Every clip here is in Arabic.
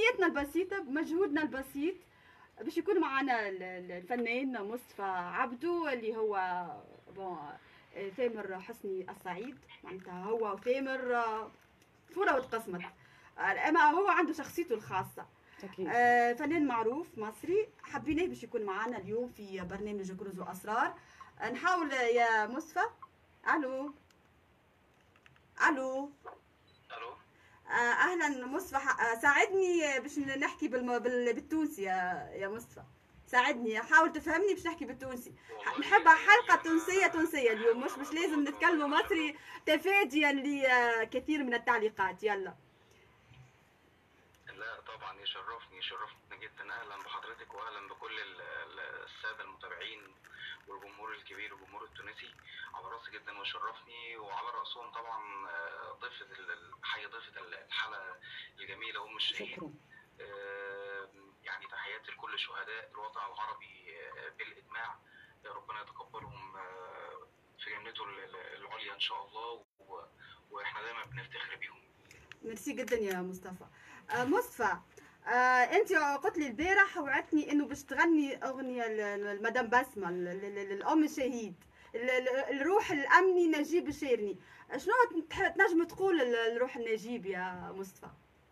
بنيتنا البسيطة بمجهودنا البسيط باش يكون معنا الفنان مصطفى عبدو اللي هو بون ثامر حسني الصعيد، معناتها هو وثامر طفولة وتقسمت. اما هو عنده شخصيته الخاصة. أكيد. فنان معروف مصري، حبيناه باش يكون معنا اليوم في برنامج كنوز وأسرار. نحاول يا مصطفى. الو الو. الو. اهلا مصطفى، ساعدني باش نحكي بالتونسي يا مصطفى، ساعدني، حاول تفهمني باش نحكي بالتونسي. نحبها حلقه تونسيه اليوم، مش لازم نتكلموا مصري تفاديا لكثير من التعليقات. يلا. لا طبعا يشرفني جدا. اهلا بحضرتك واهلا بكل الساده المتابعين والجمهور الكبير والجمهور التونسي، على راسي جدا ويشرفني، وعلى راسهم طبعا ضيفه ضيفه الحلقه الجميله ام الشهيد. شكرا. يعني تحياتي لكل شهداء الوطن العربي بالاجماع، ربنا يتقبلهم في جنته العليا ان شاء الله، واحنا دايما بنفتخر بيهم. ميرسي جدا يا مصطفى. مصطفى، انت قلت لي البارح وعدتني انه باش تغني اغنيه لمدام بسمه الام الشهيد، الروح الامني نجيب الشيرني. شنو تنجم تقول الروح النجيب يا مصطفى؟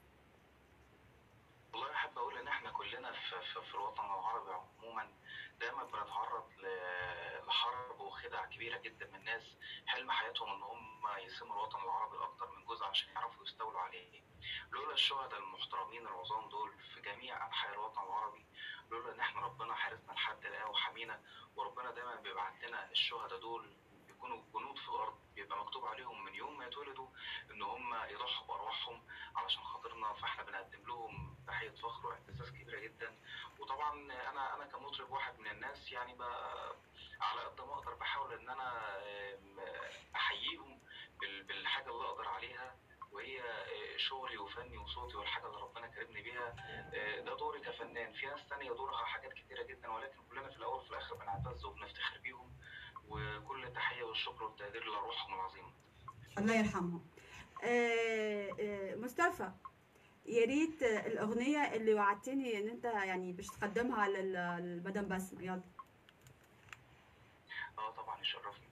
والله احب اقول ان احنا كلنا في الوطن العربي عموما دايما بنتعرض لحرب وخدع كبيره جدا من الناس، حلم حياتهم ان هم يسموا الوطن العربي لاكتر من جزء عشان يعرفوا يستولوا عليه. لولا الشهداء المحترمين العظام دول في جميع انحاء الوطن العربي، لولا ان احنا ربنا حارسنا لحد الان وحمينا، وربنا دايما بيبعت لنا الشهداء دول بيكونوا جنود في الارض، بيبقى مكتوب عليهم من يوم ما يتولدوا ان هم يضحوا بارواحهم علشان خاطرنا، فاحنا بنقدم لهم تحيه فخر واعتزاز كبيره جدا. وطبعا انا كمطرب واحد من الناس يعني على قد ما اقدر بحاول ان انا احييهم بالحاجه اللي اقدر عليها، وهي شغلي وفني وصوتي والحاجه اللي ربنا كرمني بيها. ده دوري كفنان. في ناس تانية دورها حاجات كتيره جدا، ولكن كلنا في الاول وفي الاخر بنعتز وبنفتخر بيهم، وكل التحيه والشكر والتقدير لروحهم العظيمه. الله يرحمهم. مصطفى، يا ريت الاغنيه اللي وعدتني ان انت يعني باش تقدمها للمدام بسمه. يلا. طبعا يشرفني.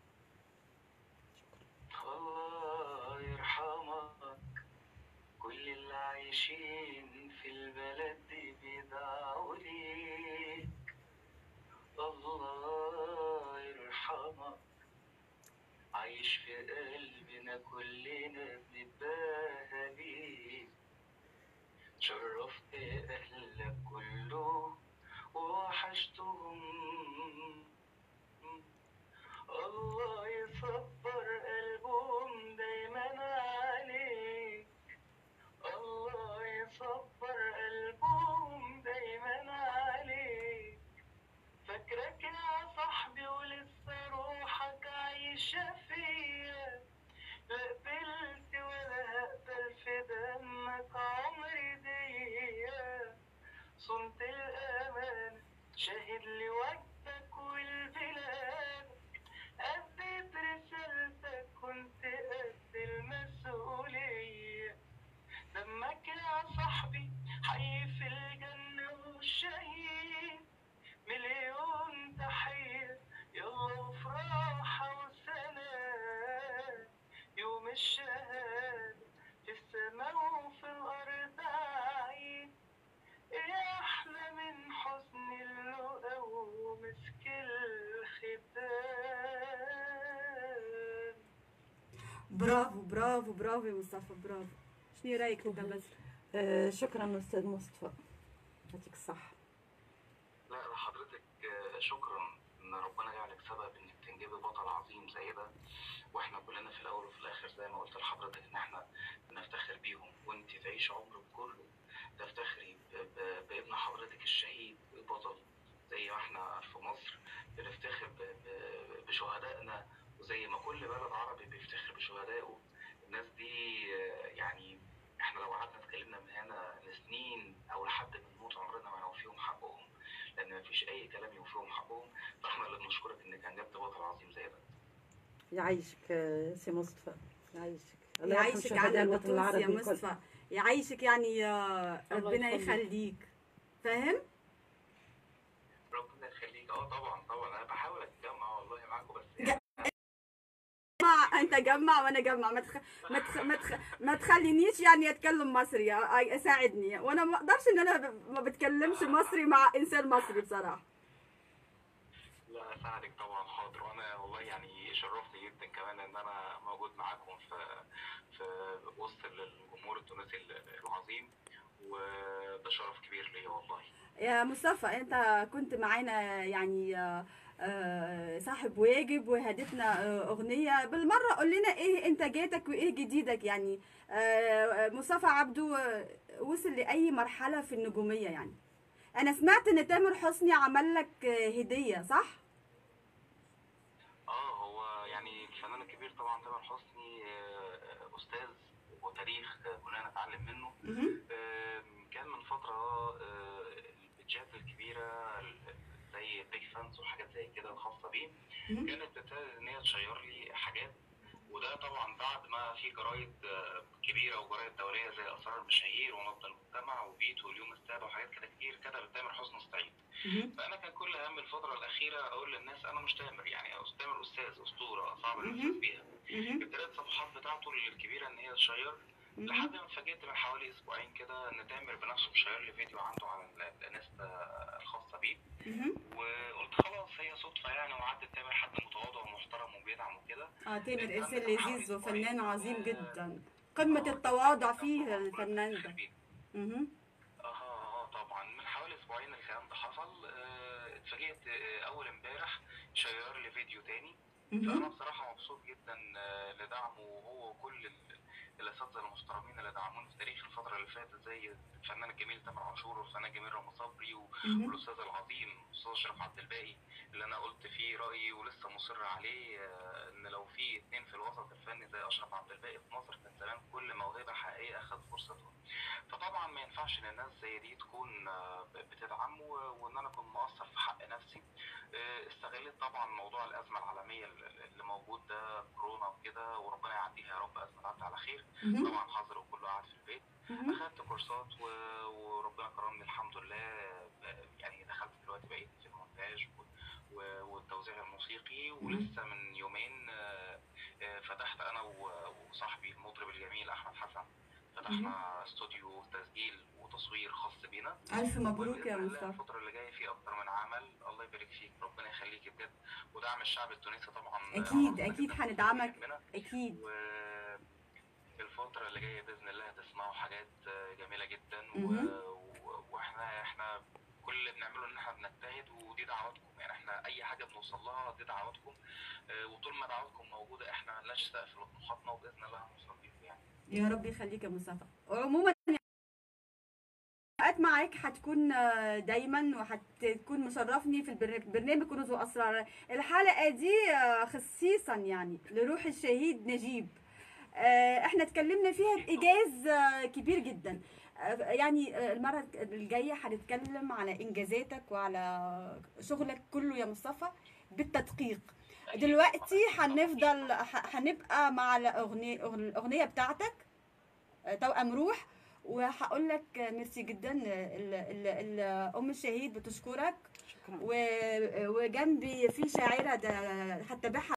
الله يرحمك، كل اللي عايشين في البلد دي بيدعوا ليك. الله يرحمك، عايش في قلبنا كلنا بنتباهى بيك. شرفت أهلك كله ووحشتهم، الله يصبر قلبهم دايما عليك. الله يصبر قلبهم دايما عليك. فاكرك يا صاحبي ولسه روحك عايشة فيا، لا قبلت ولا هقبل في دمك عمري ديا. صنت الأمان شاهد لوجهك والبلاد، أديت رسالتك كنت قد المسؤولية. دمك يا صاحبي حي في الجنة والشهيد، مليون تحية يلا وفراحة وسلام. يوم الشهادة في السماء وفي الأرض عيد، إيه أحلى من حزن اللقا ومسك الختام. برافو برافو برافو يا مصطفى، برافو. شنو رايك في بس؟ شكرا استاذ مصطفى، يعطيك الصحه. لا لحضرتك شكرا ان ربنا جعلك سبب انك تنجبي بطل عظيم زي ده، واحنا كلنا في الاول وفي الاخر زي ما قلت لحضرتك ان احنا بنفتخر بيهم، وانت تعيش عمرك كله تفتخري بابن حضرتك الشهيد البطل، زي ما احنا في مصر بنفتخر بشهدائنا، وزي ما كل بلد عربي بيفتخر بشهدائه. الناس دي يعني احنا لو قعدنا اتكلمنا من هنا لسنين او لحد ما نموت عمرنا ما نوفيهم حقهم، لان مفيش اي كلام يوفيهم حقهم. فاحنا اللي بنشكرك انك انجبت بطل عظيم زي ده. يعيشك سي مصطفى، يعيشك. يعيشك على الوطن يا مصطفى، يعيشك يعني، الله ربنا يخليك. يخليك. فاهم؟ ربنا يخليك. طبعا انا بحاول اتجمع والله معاكم، بس انت جمع وانا جمع، ما تخلينيش يعني اتكلم مصري، ساعدني، وانا ما اقدرش ان انا ما بتكلمش مصري مع انسان مصري بصراحه. لا اساعدك طبعا، حاضر. وانا والله يعني شرفني جدا كمان ان انا موجود معاكم في وسط الجمهور التونسي العظيم، وده شرف كبير ليا والله. يا مصطفى، انت كنت معانا يعني صاحب واجب، وهدتنا اغنيه بالمره. قول لنا ايه انتاجاتك وايه جديدك يعني. مصطفى عبده وصل لاي مرحله في النجوميه يعني؟ انا سمعت ان تامر حسني عمل لك هديه، صح؟ هو يعني الفنان الكبير طبعا تامر حسني استاذ وتاريخ كلنا نتعلم منه. كان من فتره البيدجات الكبيره زي بيج فانز وحاجات زي كده الخاصه بيه كانت بتبتدي ان هي تشير لي حاجات، وده طبعا بعد ما في جرايد كبيره وجرايد دوليه زي اسرار المشاهير ونبض المجتمع وبيت واليوم السابع وحاجات كده كتير كتبت تامر حسني الصعيد. فانا كان كل هم الفتره الاخيره اقول للناس انا مش تامر، يعني تامر استاذ اسطوره صعب الاحساس بيها. ابتدت الصفحات بتاعته الكبيره ان هي تشير، لحد ما اتفاجئت من حوالي اسبوعين كده ان تامر بنفسه مشير لي فيديو عنده على الانستا الخاصه بيه. وقلت خلاص هي صدفه يعني، وعدت تامر حد متواضع ومحترم وبيدعم وكده. تامر انسان لذيذ وفنان عظيم جدا، قمه التواضع فيه الفنان ده. طبعا من حوالي اسبوعين الكلام ده حصل. اتفاجئت اول امبارح شير لي فيديو تاني. فانا بصراحه مبسوط جدا لدعمه هو وكل الاساتذه المحترمين اللي دعموني في تاريخ الفتره اللي فاتت، زي الفنان الجميل تامر عاشور والفنان الجميل رامي صبري والاستاذ العظيم الاستاذ اشرف عبد الباقي اللي انا قلت فيه رايي ولسه مصر عليه، ان لو في اتنين في الوسط الفني زي اشرف عبد الباقي في مصر كان زمان كل موهبه حقيقيه اخذت فرصتها. فطبعا ما ينفعش ان الناس زي دي تكون بتدعم وان انا اكون مقصر في حق نفسي. استغلت طبعا موضوع الازمه العالميه اللي موجود ده، كورونا وكده، وربنا يعديها يا رب، ازمه تعدي على خير. طبعا حظر وكله قاعد في البيت. اخدت كورسات وربنا كرمني الحمد لله. يعني دخلت دلوقتي بقيت في المونتاج والتوزيع الموسيقي. ولسه من يومين فتحت انا وصاحبي المطرب الجميل احمد حسن، فتحنا استوديو تسجيل وتصوير خاص بينا. الف مبروك يا مصطفى. الفتره اللي جايه في اكتر من عمل، الله يبارك فيك، ربنا يخليك بجد. ودعم الشعب التونسي طبعا اكيد هندعمك اكيد. الفتره اللي جايه باذن الله هتسمعوا حاجات جميله جدا. واحنا كل اللي بنعمله ان احنا بنجتهد، ودي دعواتكم. يعني احنا اي حاجه بنوصل لها دي دعواتكم، وطول ما دعواتكم موجوده احنا ملناش سقف لطموحاتنا، وباذن الله هنوصل بيكم يعني. يا رب يخليك يا مصطفى. عموما معاك هتكون دايما، وهتكون مشرفني في برنامج كنوز واسرار. الحلقه دي خصيصا يعني لروح الشهيد نجيب. احنا اتكلمنا فيها بايجاز كبير جدا. يعني المره الجايه هنتكلم على انجازاتك وعلى شغلك كله يا مصطفى بالتدقيق. دلوقتي هنبقى مع الاغنيه بتاعتك توأم روح، وهقول لك ميرسي جدا. ام الشهيد بتشكرك. شكرا. وجنبي في شاعره ده هتتابعها